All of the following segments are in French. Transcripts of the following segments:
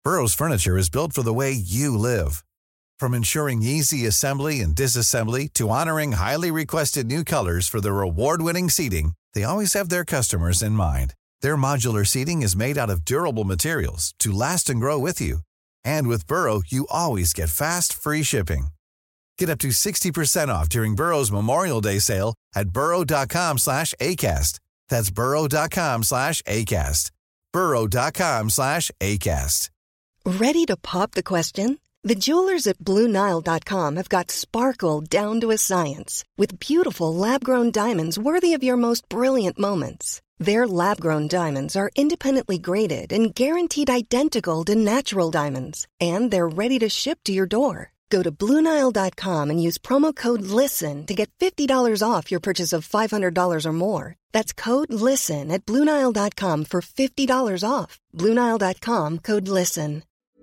Burrow's furniture is built for the way you live. From ensuring easy assembly and disassembly to honoring highly requested new colors for their award-winning seating, they always have their customers in mind. Their modular seating is made out of durable materials to last and grow with you. And with Burrow, you always get fast, free shipping. Get up to 60% off during Burrow's Memorial Day sale at burrow.com/ACAST. That's burrow.com/ACAST. burrow.com/ACAST. Ready to pop the question? The jewelers at BlueNile.com have got sparkle down to a science with beautiful lab-grown diamonds worthy of your most brilliant moments. Their lab-grown diamonds are independently graded and guaranteed identical to natural diamonds, and they're ready to ship to your door. Go to BlueNile.com and use promo code LISTEN to get $50 off your purchase of $500 or more. That's code LISTEN at BlueNile.com for $50 off. BlueNile.com, code LISTEN.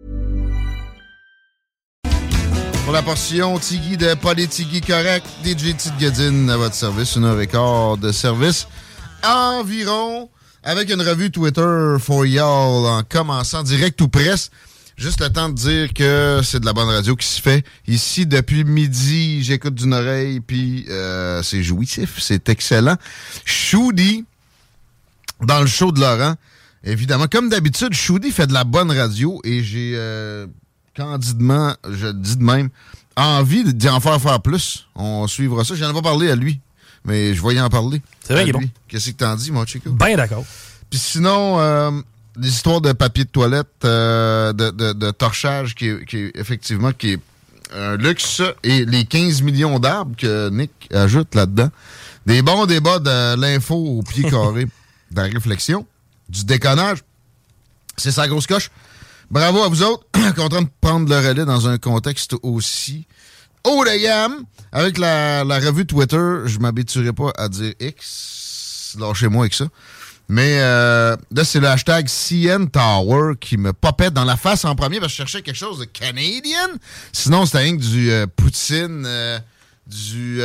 Pour la portion Tiggy de Politigui Correct, DJ Tite Godin à votre service, 1h15 de service environ, avec une revue Twitter for y'all en commençant direct ou presque. Juste le temps de dire que c'est de la bonne radio qui se fait. Ici, depuis midi, j'écoute d'une oreille, puis c'est jouissif, c'est excellent. Shoudy, dans le show de Laurent, évidemment, comme d'habitude, Shoudy fait de la bonne radio, et j'ai candidement, je le dis de même, envie d'y en faire plus. On suivra ça. J'en ai pas parlé à lui, mais je vais y en parler. C'est vrai qu'il est bon. Qu'est-ce que t'en dis, mon Chico? Ben d'accord. Puis sinon, des histoires de papier de toilette, de torchage qui est effectivement qui est un luxe, et les 15 millions d'arbres que Nick ajoute là-dedans. Des bons débats de l'info au pied carré, de la réflexion, du déconnage. C'est sa grosse coche. Bravo à vous autres, content de prendre le relais dans un contexte aussi haut de gamme. Avec la revue Twitter, je m'habituerai pas à dire X, lâchez-moi avec ça. Mais là, c'est le hashtag CN Tower qui me popait dans la face en premier parce que je cherchais quelque chose de Canadian. Sinon, c'était rien que du Poutine, du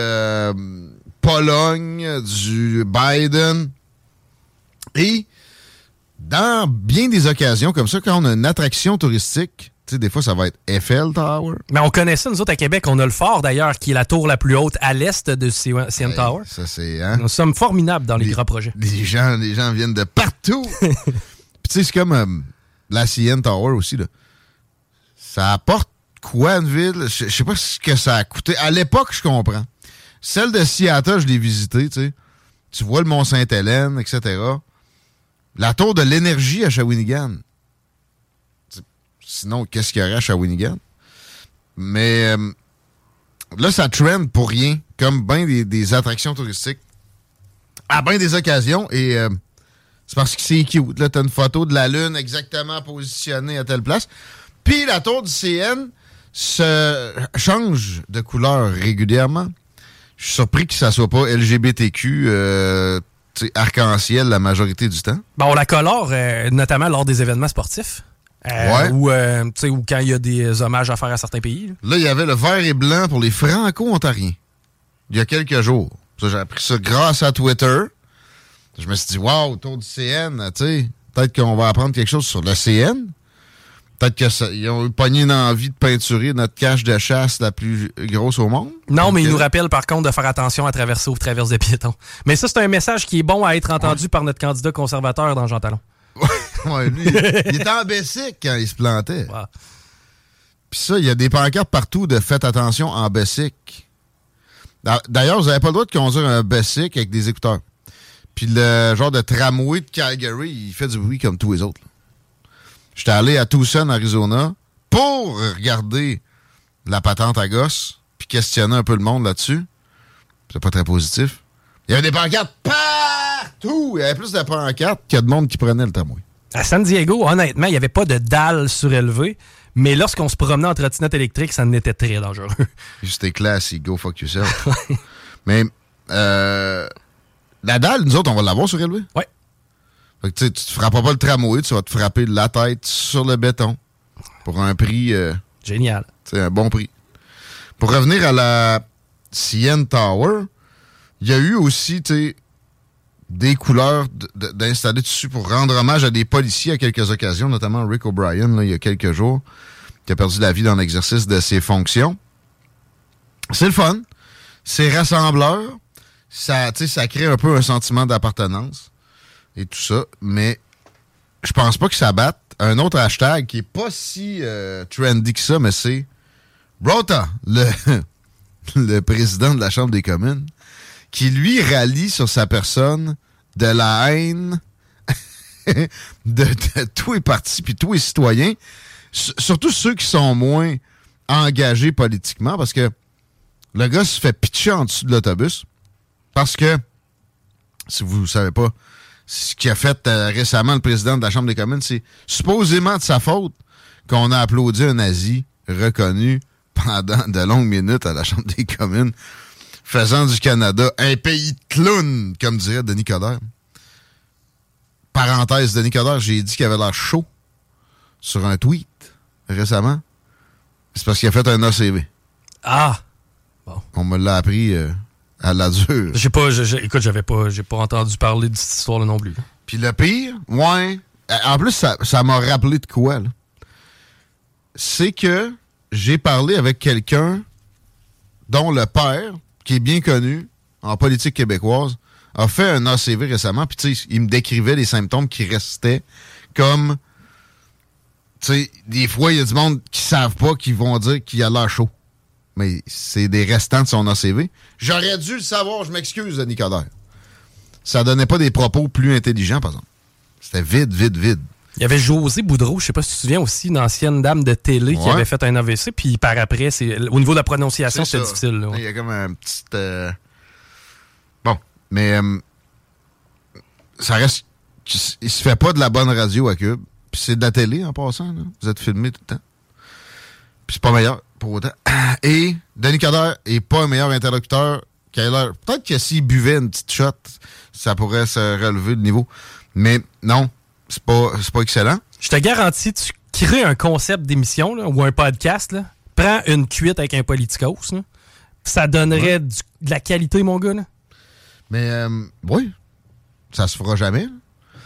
Pologne, du Biden. Et dans bien des occasions comme ça, quand on a une attraction touristique, tu sais, des fois, ça va être Eiffel Tower. Mais on connaît ça, nous autres, à Québec. On a le fort, d'ailleurs, qui est la tour la plus haute à l'est de CN Tower. Ça, c'est... Hein? Nous sommes formidables dans les grands projets. Les gens viennent de partout. Puis, tu sais, c'est comme la CN Tower aussi, là. Ça apporte quoi à une ville? Je sais pas ce que ça a coûté. À l'époque, je comprends. Celle de Seattle, je l'ai visitée, tu sais. Tu vois le Mont-Sainte-Hélène, etc. La tour de l'énergie à Shawinigan. Sinon, qu'est-ce qu'il y aurait à Shawinigan? Mais là, ça trend pour rien, comme bien des attractions touristiques, à bien des occasions. Et c'est parce que c'est cute. Là, t'as une photo de la Lune exactement positionnée à telle place. Puis la tour du CN se change de couleur régulièrement. Je suis surpris que ça soit pas LGBTQ arc-en-ciel la majorité du temps. Ben, on la colore, notamment lors des événements sportifs. Ouais. Ou quand il y a des hommages à faire à certains pays. Là, il y avait le vert et blanc pour les Franco-Ontariens. Il y a quelques jours. Ça, j'ai appris ça grâce à Twitter. Je me suis dit, wow, autour du CN, tu sais, peut-être qu'on va apprendre quelque chose sur le CN. Peut-être qu'ils ont eu pogné une envie de peinturer notre cache de chasse la plus grosse au monde. Non, mais il nous rappelle par contre de faire attention à traverser aux traverses de piétons. Mais ça, c'est un message qui est bon à être entendu par notre candidat conservateur dans Jean Talon. Ouais, lui, il était en Bessic quand il se plantait. Wow. Puis ça, il y a des pancartes partout de « Faites attention en Bessic ». D'ailleurs, vous n'avez pas le droit de conduire un Bessic avec des écouteurs. Puis le genre de tramway de Calgary, il fait du bruit comme tous les autres. J'étais allé à Tucson, Arizona, pour regarder la patente à gosse, puis questionner un peu le monde là-dessus. C'est pas très positif. Il y avait des pancartes partout! Il y avait plus de pancartes qu'il y a de monde qui prenait le tramway. À San Diego, honnêtement, il n'y avait pas de dalles surélevées, mais lorsqu'on se promenait en trottinette électrique, ça en était très dangereux. C'était classique, go fuck yourself. Mais la dalle, nous autres, on va l'avoir surélevée? Oui. Fait que tu te frapperas pas le tramway, tu vas te frapper la tête sur le béton pour un prix... génial. C'est un bon prix. Pour revenir à la CN Tower, il y a eu aussi, tu sais, des couleurs d'installer dessus pour rendre hommage à des policiers à quelques occasions, notamment Rick O'Brien, là, il y a quelques jours, qui a perdu la vie dans l'exercice de ses fonctions. C'est le fun. C'est rassembleur. Ça crée un peu un sentiment d'appartenance et tout ça, mais je pense pas que ça batte un autre hashtag qui est pas si trendy que ça, mais c'est Rota, le président de la Chambre des communes, qui lui rallie sur sa personne de la haine de tous les partis puis tous les citoyens, surtout ceux qui sont moins engagés politiquement, parce que le gars se fait pitcher en dessous de l'autobus parce que, si vous ne savez pas, ce qu'il a fait récemment le président de la Chambre des communes, c'est supposément de sa faute qu'on a applaudi un nazi reconnu pendant de longues minutes à la Chambre des communes, faisant du Canada un pays de clowns, comme dirait Denis Coderre. Parenthèse, Denis Coderre, j'ai dit qu'il avait l'air chaud sur un tweet récemment. C'est parce qu'il a fait un ACV. Ah! Bon. On me l'a appris à la dure. Écoute, j'ai pas entendu parler de cette histoire-là non plus. Puis le pire, ouais, en plus, ça m'a rappelé de quoi, là? C'est que j'ai parlé avec quelqu'un dont le père, qui est bien connu en politique québécoise, a fait un ACV récemment, puis tu sais, il me décrivait les symptômes qui restaient comme, tu sais, des fois, il y a du monde qui savent pas, qui vont dire qu'il a l'air chaud. Mais c'est des restants de son ACV. J'aurais dû le savoir, je m'excuse, Denis Coderre. Ça donnait pas des propos plus intelligents, par exemple. C'était vide. Il y avait José Boudreau, je sais pas si tu te souviens aussi, une ancienne dame de télé qui avait fait un AVC, puis par après, au niveau de la prononciation, c'était difficile. Là, ouais. Il y a comme un petit... Bon, mais ça reste... Il se fait pas de la bonne radio à Cube, puis c'est de la télé en passant, là. Vous êtes filmé tout le temps. Puis c'est pas meilleur, pour autant. Et Denis Coderre est pas un meilleur interlocuteur qu'à l'heure. Peut-être que s'il buvait une petite shot, ça pourrait se relever le niveau. Mais non, c'est pas excellent. Je te garantis, tu crées un concept d'émission là, ou un podcast, là, prends une cuite avec un politicos, là, ça donnerait de la qualité, mon gars. Là. Mais oui, ça se fera jamais. Là.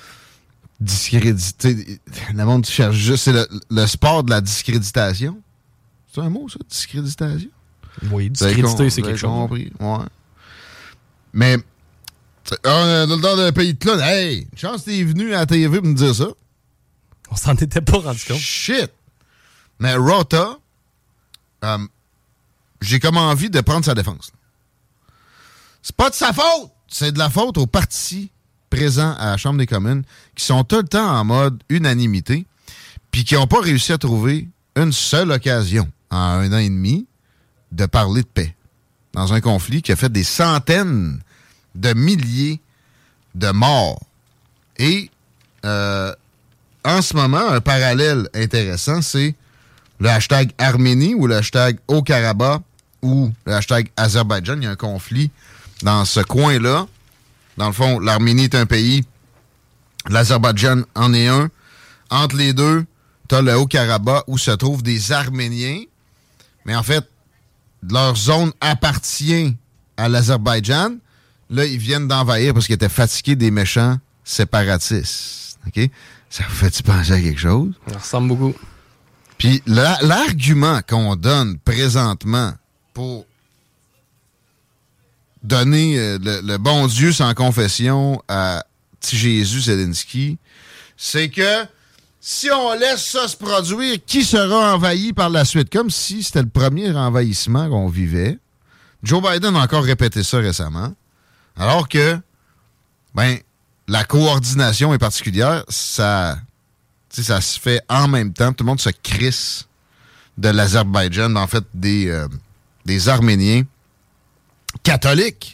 Discréditer. Le monde cherche juste. C'est le sport de la discréditation. C'est un mot, ça, discréditation? Oui, discréditer, c'est quelque chose. Compris, ouais. Mais, on a le temps d'un pays de clowns. Hey, une chance que t'es venu à la TV pour me dire ça. On s'en était pas rendu compte. Shit! Mais Rota, j'ai comme envie de prendre sa défense. C'est pas de sa faute! C'est de la faute aux partis présents à la Chambre des communes qui sont tout le temps en mode unanimité puis qui n'ont pas réussi à trouver une seule occasion en 1 an et demi de parler de paix dans un conflit qui a fait des centaines de milliers de morts. Et en ce moment, un parallèle intéressant, c'est le hashtag Arménie ou le hashtag Haut-Karabakh ou le hashtag Azerbaïdjan. Il y a un conflit dans ce coin-là. Dans le fond, l'Arménie est un pays, l'Azerbaïdjan en est un. Entre les deux, t'as le Haut-Karabakh où se trouvent des Arméniens. Mais en fait, leur zone appartient à l'Azerbaïdjan. Là, ils viennent d'envahir parce qu'ils étaient fatigués des méchants séparatistes. OK? Ça vous fait-tu penser à quelque chose? Ça ressemble beaucoup. Puis l'argument qu'on donne présentement pour donner le bon Dieu sans confession à petit Jésus Zelensky, c'est que si on laisse ça se produire, qui sera envahi par la suite? Comme si c'était le premier envahissement qu'on vivait. Joe Biden a encore répété ça récemment. Alors que, la coordination est particulière. Ça se fait en même temps. Tout le monde se crisse de l'Azerbaïdjan, en fait, des Arméniens catholiques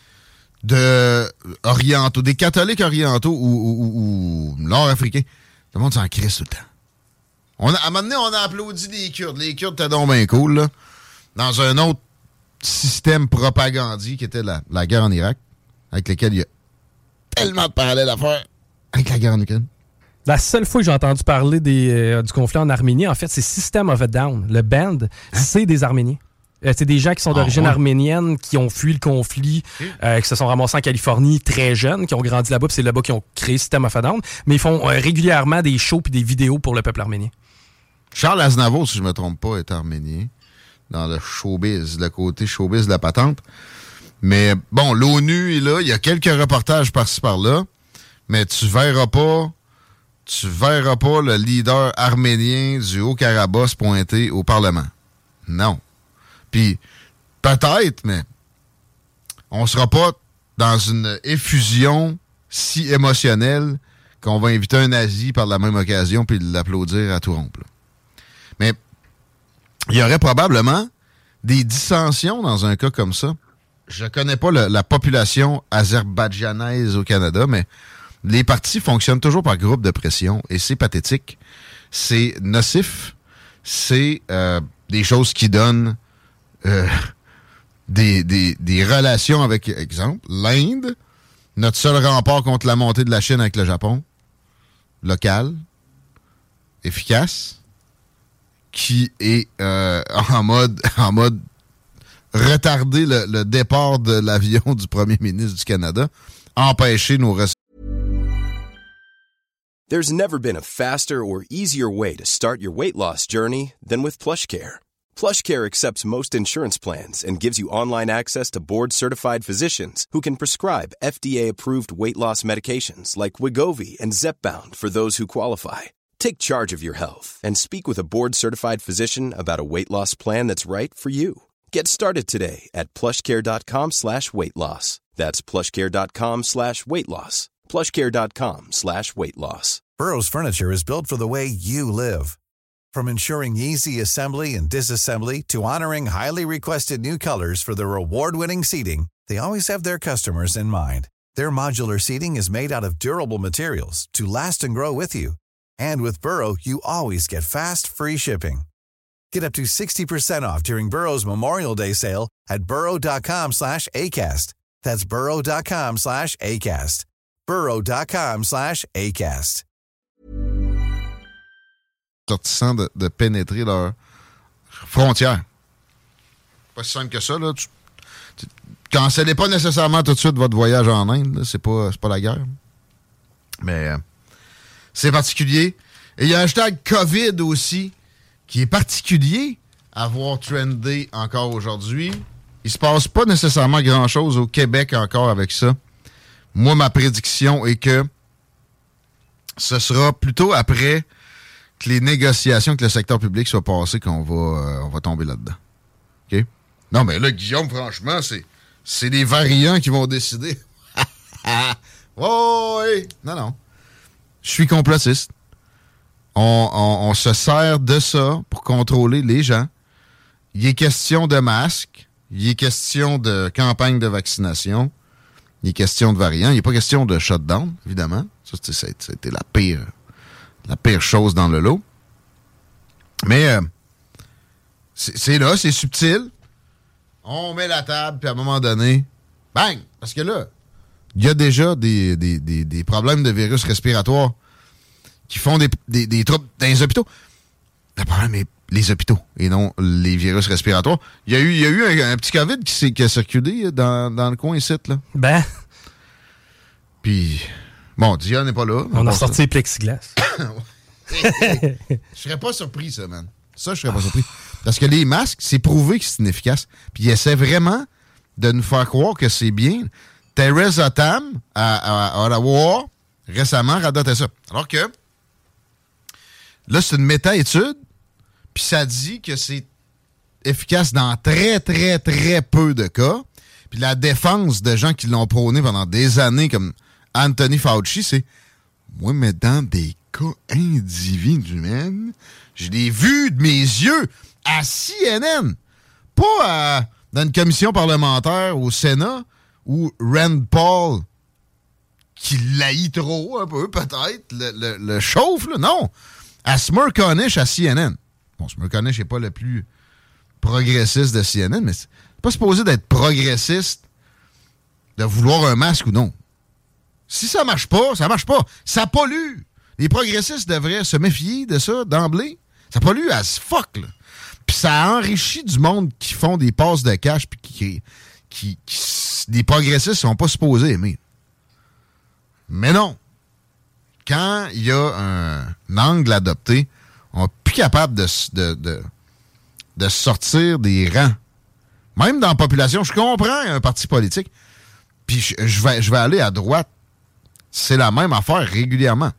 orientaux, des catholiques orientaux ou nord-africains. Tout le monde s'en crisse tout le temps. À un moment donné, on a applaudi les Kurdes. Les Kurdes étaient donc bien cool, là. Dans un autre système propagandique qui était la guerre en Irak, avec lequel il y a tellement de parallèles à faire avec la guerre en Ukraine. La seule fois que j'ai entendu parler du conflit en Arménie, en fait, c'est System of a Down. Le band, c'est des Arméniens. C'est des gens qui sont d'origine arménienne, qui ont fui le conflit, qui se sont ramassés en Californie très jeunes, qui ont grandi là-bas, puis c'est là-bas qu'ils ont créé System of a Down. Mais ils font régulièrement des shows puis des vidéos pour le peuple arménien. Charles Aznavour, si je me trompe pas, est arménien. Dans le showbiz, le côté showbiz de la patente. Mais bon, l'ONU est là, il y a quelques reportages par-ci par-là, mais tu verras pas le leader arménien du Haut-Karabakh se pointer au Parlement. Non. Puis, peut-être, mais on sera pas dans une effusion si émotionnelle qu'on va inviter un nazi par la même occasion puis l'applaudir à tout rompre. Mais il y aurait probablement des dissensions dans un cas comme ça. Je connais pas la population azerbaïdjanaise au Canada, mais les partis fonctionnent toujours par groupe de pression et c'est pathétique. C'est nocif. C'est des choses qui donnent des relations avec, exemple, l'Inde, notre seul rempart contre la montée de la Chine avec le Japon, local, efficace, qui est en mode retarder le départ de l'avion du premier ministre du Canada, empêcher nos ressources. There's never been a faster or easier way to start your weight loss journey than with PlushCare. PlushCare accepts most insurance plans and gives you online access to board-certified physicians who can prescribe FDA-approved weight loss medications like Wegovy and Zepbound for those who qualify. Take charge of your health and speak with a board-certified physician about a weight loss plan that's right for you. Get started today at plushcare.com/weight loss. That's plushcare.com/weight loss. plushcare.com/weight loss. Burrow's furniture is built for the way you live. From ensuring easy assembly and disassembly to honoring highly requested new colors for their award-winning seating, they always have their customers in mind. Their modular seating is made out of durable materials to last and grow with you. And with Burrow, you always get fast, free shipping. Get up to 60% off during Burrow's Memorial Day sale at burrow.com/ACAST. That's burrow.com/ACAST. burrow.com/ACAST. Sortissant de pénétrer leurs frontières. Pas si simple que ça, là. Cancellez pas nécessairement tout de suite votre voyage en Inde, là. C'est pas la guerre. Mais c'est particulier. Et il y a un hashtag COVID aussi, qui est particulier à voir trender encore aujourd'hui. Il se passe pas nécessairement grand-chose au Québec encore avec ça. Moi, ma prédiction est que ce sera plutôt après que les négociations avec le secteur public soient passées qu'on va tomber là-dedans. OK? Non, mais là, Guillaume, franchement, c'est les variants qui vont décider. Oh, oui! Non. Je suis complotiste. On se sert de ça pour contrôler les gens. Il est question de masques. Il est question de campagne de vaccination. Il est question de variants. Il n'est pas question de shutdown, évidemment. Ça, c'était la pire chose dans le lot. Mais c'est là, c'est subtil. On met la table, puis à un moment donné, bang! Parce que là, il y a déjà des problèmes de virus respiratoires qui font des troubles dans les hôpitaux. Le problème est les hôpitaux et non les virus respiratoires. Il y a eu un petit COVID qui a circulé dans le coin ici, là. Ben. Puis, bon, Dion n'est pas là. On a sorti les plexiglas. Je serais pas surpris, ça, man. Ça, je serais pas surpris. Parce que les masques, c'est prouvé que c'est inefficace. Puis ils essaient vraiment de nous faire croire que c'est bien. Theresa Tam, à Ottawa, récemment, radotait ça. Alors que, là, c'est une méta-étude, puis ça dit que c'est efficace dans très, très, très peu de cas. Puis la défense de gens qui l'ont prôné pendant des années, comme Anthony Fauci, c'est « Moi, mais dans des cas individuels, je l'ai vu de mes yeux à CNN, pas dans une commission parlementaire au Sénat, où Rand Paul, qui l'haït trop un peu, peut-être, le chauffe, là. Non! À Smirconish à CNN. Bon, Smirconish n'est pas le plus progressiste de CNN, mais c'est pas supposé d'être progressiste de vouloir un masque ou non. Si ça marche pas, ça marche pas. Ça pollue. Les progressistes devraient se méfier de ça d'emblée. Ça pollue as fuck, là. Puis ça enrichit du monde qui font des passes de cash puis qui des progressistes sont pas supposés aimer. Mais non. Quand il y a un angle adopté, on n'est plus capable de sortir des rangs. Même dans la population, je comprends un parti politique, puis je vais aller à droite. C'est la même affaire régulièrement.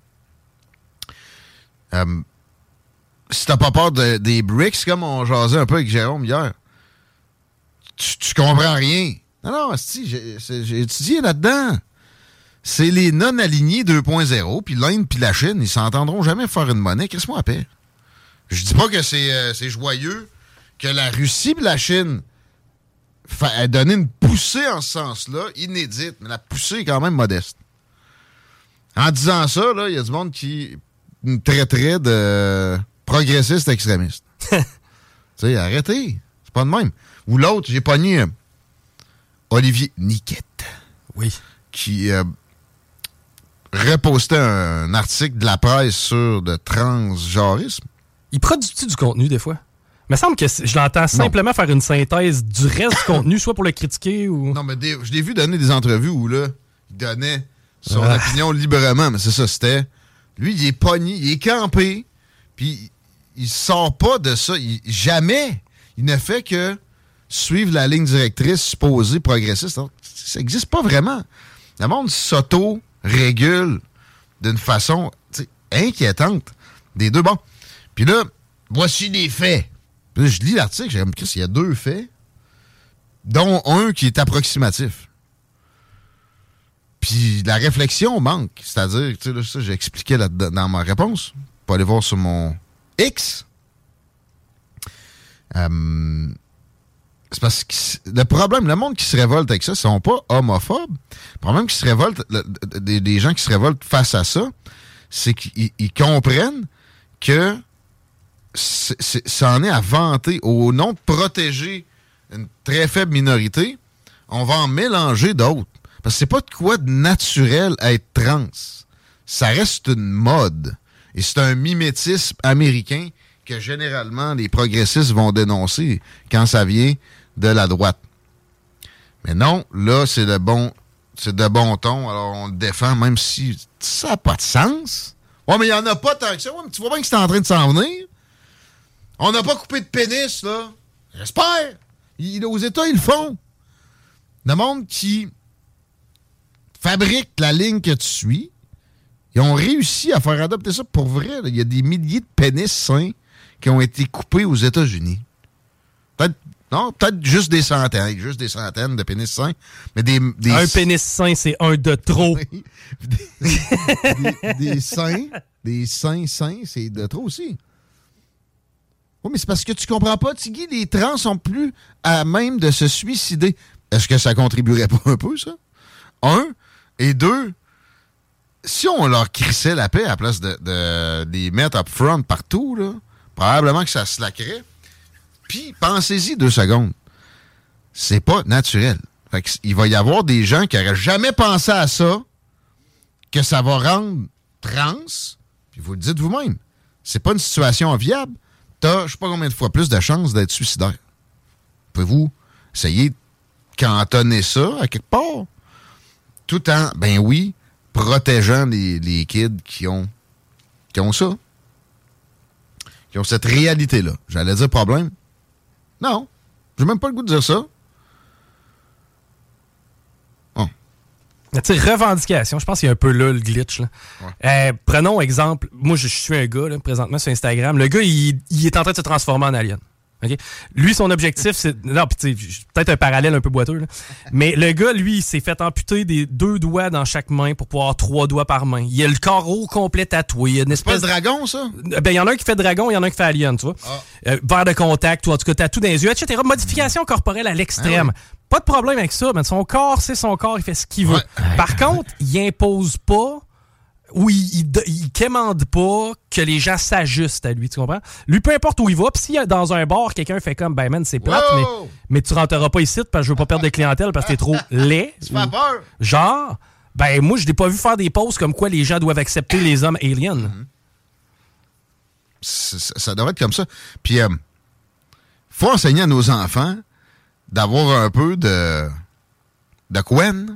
Si t'as pas peur des BRICS, comme on jasait un peu avec Jérôme hier, tu comprends rien. Non, j'ai étudié là-dedans. C'est les non-alignés 2.0, puis l'Inde puis la Chine, ils s'entendront jamais faire une monnaie. Qu'est-ce que moi appelle? Je dis pas que c'est joyeux que la Russie et la Chine aient donné une poussée en ce sens-là, inédite, mais la poussée est quand même modeste. En disant ça, il y a du monde qui me traiterait de progressiste extrémiste. Tu sais, arrêtez. C'est pas de même. Ou l'autre, j'ai pogné Olivier Niquette. Oui. Qui repostait un article de la presse sur le transgenrisme. Il produit du contenu, des fois? Il me semble que je l'entends simplement faire une synthèse du reste du contenu, soit pour le critiquer ou... Non, mais je l'ai vu donner des entrevues où, là, il donnait son opinion librement. Mais c'est ça, c'était... Lui, il est pogné, il est campé, puis il sort pas de ça. Jamais il ne fait que suivre la ligne directrice supposée progressiste. Alors, ça n'existe pas vraiment. Le monde s'auto-régule d'une façon inquiétante des deux. Bon, puis là, voici les faits. Puis là, je lis l'article, j'ai remarqué qu'il y a 2 faits, dont un qui est approximatif. Puis la réflexion manque. C'est-à-dire, tu sais, là, ça, j'ai expliqué dans ma réponse. Pas aller voir sur mon X. C'est parce que le problème, le monde qui se révolte avec ça, ils sont pas homophobes. Le problème qui se révolte, des gens qui se révoltent face à ça, c'est qu'ils comprennent que ça en est à vanter. Au nom de protéger une très faible minorité, on va en mélanger d'autres. Parce que c'est pas de quoi de naturel à être trans. Ça reste une mode. Et c'est un mimétisme américain que généralement les progressistes vont dénoncer quand ça vient de la droite. Mais non, là, c'est de bon ton. Alors, on le défend, même si ça n'a pas de sens. Ouais, mais il n'y en a pas tant que ça. Ouais, mais tu vois bien que c'est en train de s'en venir. On n'a pas coupé de pénis, là. J'espère. Aux États, ils le font. Le monde qui fabrique la ligne que tu suis, ils ont réussi à faire adopter ça pour vrai. Il y a des milliers de pénis sains qui ont été coupés aux États-Unis. Peut-être juste des centaines de pénis sains. Mais un pénis sain, c'est un de trop. des seins sains, c'est de trop aussi. Oui, mais c'est parce que tu comprends pas, Tigui, les trans sont plus à même de se suicider. Est-ce que ça contribuerait pas un peu, ça? 1. Et 2, si on leur crissait la paix à la place de les mettre up front partout, là, probablement que ça se lacquerait. Puis, pensez-y 2 secondes. C'est pas naturel. Fait qu'il va y avoir des gens qui n'auraient jamais pensé à ça, que ça va rendre trans, puis vous le dites vous-même. C'est pas une situation viable. T'as, je sais pas combien de fois plus de chances d'être suicidaire. Pouvez-vous essayer de cantonner ça à quelque part? Tout en, ben oui, protégeant les kids qui ont ça. Qui ont cette réalité-là. J'allais dire problème. Non. J'ai même pas le goût de dire ça. Tu sais, revendication, je pense qu'il y a un peu là le glitch. Là. Ouais. Prenons exemple, moi je suis un gars là, présentement sur Instagram. Le gars, il est en train de se transformer en alien. Okay? Lui, son objectif, c'est... Non, puis tu sais, peut-être un parallèle un peu boiteux, là. Mais le gars, lui, il s'est fait amputer des 2 doigts dans chaque main pour pouvoir avoir 3 doigts par main. Il a le corps au complet tatoué. Il y a une espèce... C'est pas le dragon, ça? Ben, il y en a un qui fait dragon, il y en a un qui fait alien, tu vois. Verre de contact, ou en tout cas, tatou dans les yeux, etc. Modification corporelle à l'extrême. Ah oui. Pas de problème avec ça, mais son corps, c'est son corps, il fait ce qu'il veut. Ouais. Par contre, il impose pas ou il quémande pas que les gens s'ajustent à lui, tu comprends? Lui, peu importe où il va, puis s'il y a dans un bar, quelqu'un fait comme, ben man, c'est plate, mais tu rentreras pas ici parce que je veux pas perdre de clientèle parce que t'es trop laid. Tu fais peur. Genre, ben moi, je n'ai pas vu faire des posts comme quoi les gens doivent accepter les hommes aliens. Ça devrait être comme ça. Puis, faut enseigner à nos enfants d'avoir un peu de couenne.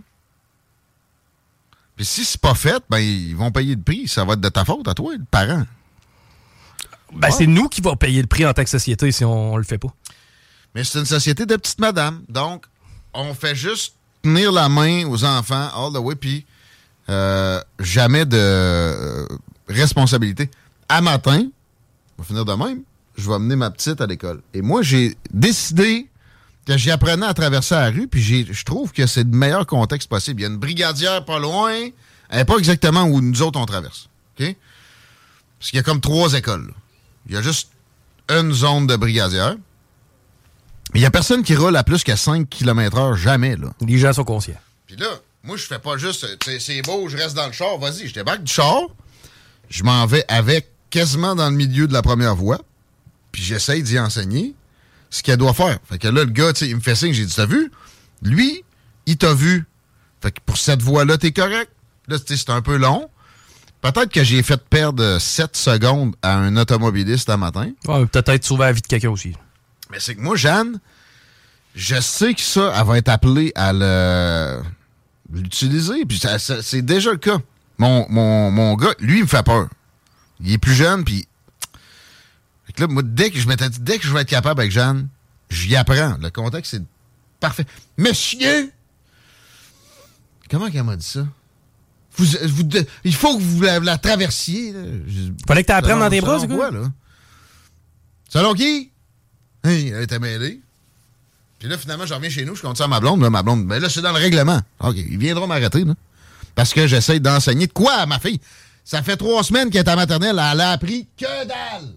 Puis si c'est pas fait, ben ils vont payer le prix. Ça va être de ta faute à toi, le parent. Ben, c'est nous qui va payer le prix en tant que société si on le fait pas. Mais c'est une société de petites madames. Donc, on fait juste tenir la main aux enfants all the way, puis jamais de responsabilité. À matin, on va finir de même, je vais amener ma petite à l'école. Et moi, j'ai décidé que j'y apprenais à traverser la rue, puis je trouve que c'est le meilleur contexte possible. Il y a une brigadière pas loin, elle n'est pas exactement où nous autres on traverse. OK? Parce qu'il y a comme 3 écoles, là. Il y a juste une zone de brigadière. Il n'y a personne qui roule à plus que 5 km/h, jamais, là. Les gens sont conscients. Puis là, moi, je fais pas juste, c'est beau, je reste dans le char, vas-y, je débarque du char, je m'en vais avec quasiment dans le milieu de la première voie, puis j'essaye d'y enseigner ce qu'elle doit faire. Fait que là, le gars, il me fait signe, j'ai dit, t'as vu? Lui, il t'a vu. Fait que pour cette voie-là, t'es correct. Là, c'est un peu long. Peut-être que j'ai fait perdre 7 secondes à un automobiliste un matin. Ouais, peut-être sauver la vie de quelqu'un aussi. Mais c'est que moi, Jeanne, je sais que ça, elle va être appelée à l'utiliser. Puis c'est déjà le cas. Mon gars, lui, il me fait peur. Il est plus jeune, puis... Fait que là, moi, dès que je vais être capable avec Jeanne, j'y apprends. Le contexte, c'est parfait. Monsieur! Comment qu'elle m'a dit ça? Il faut que vous la traversiez. Fallait que tu apprennes dans tes bras, c'est quoi? Là? Selon qui? Hey, elle était mêlée. Puis là, finalement, je reviens chez nous, je compte ça à ma blonde. Là, mais là, c'est dans le règlement. OK, ils viendront m'arrêter, là. Parce que j'essaie d'enseigner de quoi à ma fille? Ça fait 3 semaines qu'elle est à maternelle, elle a appris que dalle!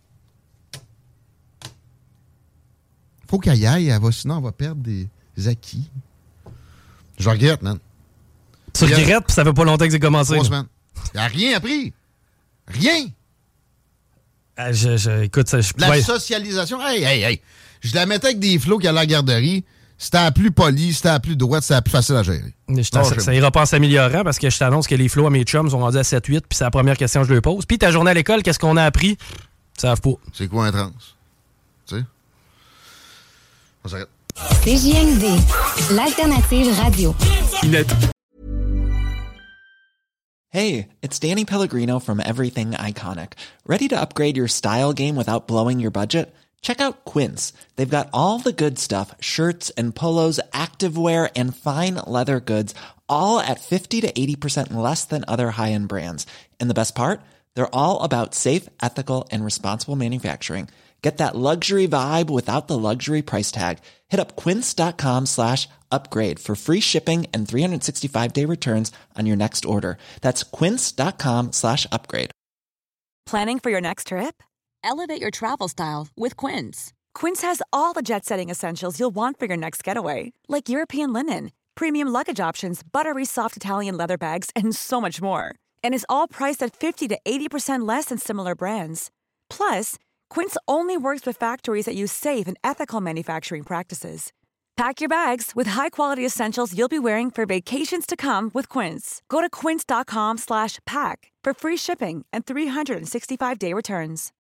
Faut qu'elle y aille, sinon elle va perdre des acquis. Je regrette, man. Tu regrettes, puis ça fait pas longtemps que c'est commencé. 3 semaines. Elle n'a rien appris. Rien. Écoute, la socialisation, hey. Je la mettais avec des flots qui allaient à la garderie. C'était la plus poli, c'était la plus droite, c'était la plus facile à gérer. Ça ira pas en s'améliorant parce que je t'annonce que les flots à mes chums sont rendus à 7-8, puis c'est la première question que je leur pose. Puis ta journée à l'école, qu'est-ce qu'on a appris? Ils savent pas. C'est quoi un trans? Tu sais? On s'arrête. CJMD, l'alternative radio. Hey, it's Danny Pellegrino from Everything Iconic. Ready to upgrade your style game without blowing your budget? Check out Quince. They've got all the good stuff, shirts and polos, activewear, and fine leather goods, all at 50 to 80% less than other high-end brands. And the best part? They're all about safe, ethical, and responsible manufacturing. Get that luxury vibe without the luxury price tag. Hit up quince.com/upgrade for free shipping and 365-day returns on your next order. That's quince.com/upgrade. Planning for your next trip? Elevate your travel style with Quince. Quince has all the jet-setting essentials you'll want for your next getaway, like European linen, premium luggage options, buttery soft Italian leather bags, and so much more. And is all priced at 50 to 80% less than similar brands. Plus, Quince only works with factories that use safe and ethical manufacturing practices. Pack your bags with high-quality essentials you'll be wearing for vacations to come with Quince. Go to quince.com/pack for free shipping and 365-day returns.